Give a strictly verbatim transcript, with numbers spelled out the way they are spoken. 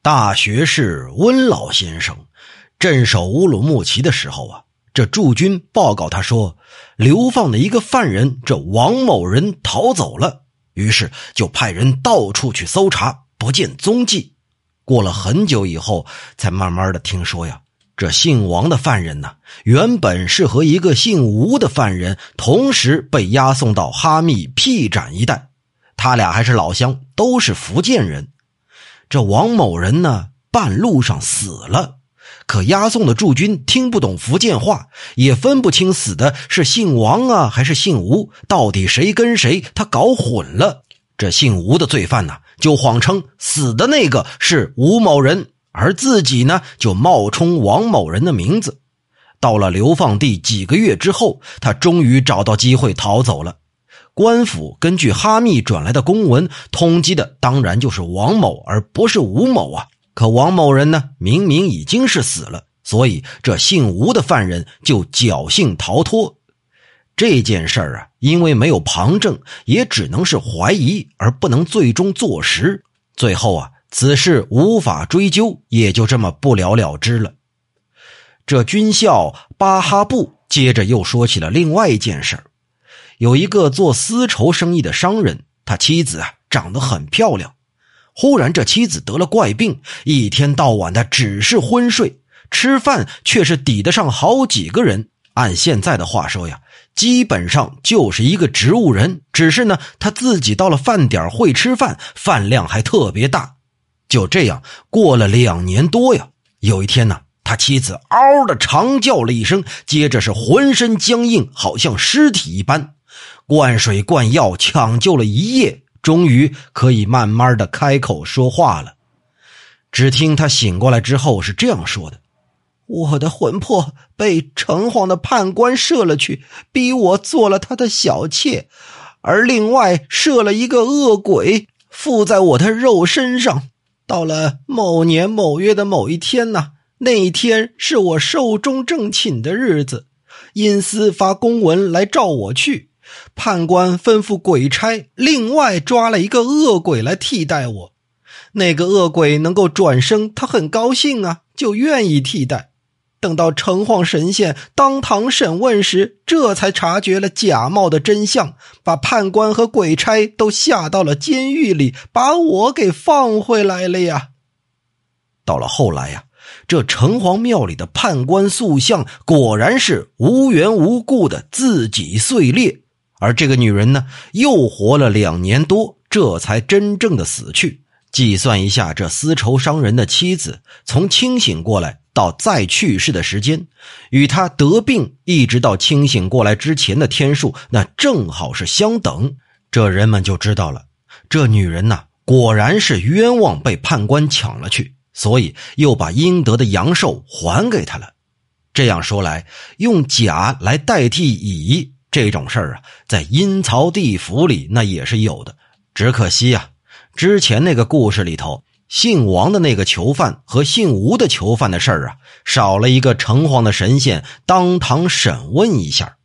大学士温老先生镇守乌鲁木齐的时候啊，这驻军报告他说，流放的一个犯人这王某人逃走了，于是就派人到处去搜查，不见踪迹。过了很久以后，才慢慢的听说呀，这姓王的犯人呢，原本是和一个姓吴的犯人同时被押送到哈密僻展一带，他俩还是老乡，都是福建人。这王某人呢，半路上死了，可押送的驻军听不懂福建话，也分不清死的是姓王啊还是姓吴，到底谁跟谁，他搞混了。这姓吴的罪犯呢，就谎称死的那个是吴某人，而自己呢就冒充王某人的名字。到了流放地几个月之后，他终于找到机会逃走了。官府根据哈密转来的公文通缉的当然就是王某，而不是吴某啊。可王某人呢，明明已经是死了，所以这姓吴的犯人就侥幸逃脱。这件事儿啊，因为没有旁证，也只能是怀疑，而不能最终坐实。最后啊，此事无法追究，也就这么不了了之了。这军校巴哈布接着又说起了另外一件事儿。有一个做丝绸生意的商人，他妻子啊长得很漂亮。忽然这妻子得了怪病，一天到晚的只是昏睡，吃饭却是抵得上好几个人。按现在的话说呀，基本上就是一个植物人，只是呢他自己到了饭点会吃饭，饭量还特别大。就这样过了两年多呀，有一天呢，他妻子嗷的长叫了一声，接着是浑身僵硬，好像尸体一般。灌水灌药抢救了一夜，终于可以慢慢的开口说话了。只听他醒过来之后是这样说的：我的魂魄被城隍的判官射了去，逼我做了他的小妾，而另外设了一个恶鬼附在我的肉身上。到了某年某月的某一天呢，那一天是我寿终正寝的日子，因司发公文来召我去，判官吩咐鬼差另外抓了一个恶鬼来替代我。那个恶鬼能够转生，他很高兴啊，就愿意替代。等到城隍神仙当堂审问时，这才察觉了假冒的真相，把判官和鬼差都下到了监狱里，把我给放回来了呀。到了后来呀，这城隍庙里的判官塑像果然是无缘无故的自己碎裂，而这个女人呢，又活了两年多，这才真正的死去。计算一下这丝绸商人的妻子从清醒过来到再去世的时间，与他得病一直到清醒过来之前的天数，那正好是相等。这人们就知道了，这女人呐，果然是冤枉被判官抢了去，所以又把应得的阳寿还给他了。这样说来，用甲来代替乙这种事儿啊，在阴曹地府里那也是有的。只可惜啊，之前那个故事里头，姓王的那个囚犯和姓吴的囚犯的事儿啊，少了一个城隍的神仙当堂审问一下。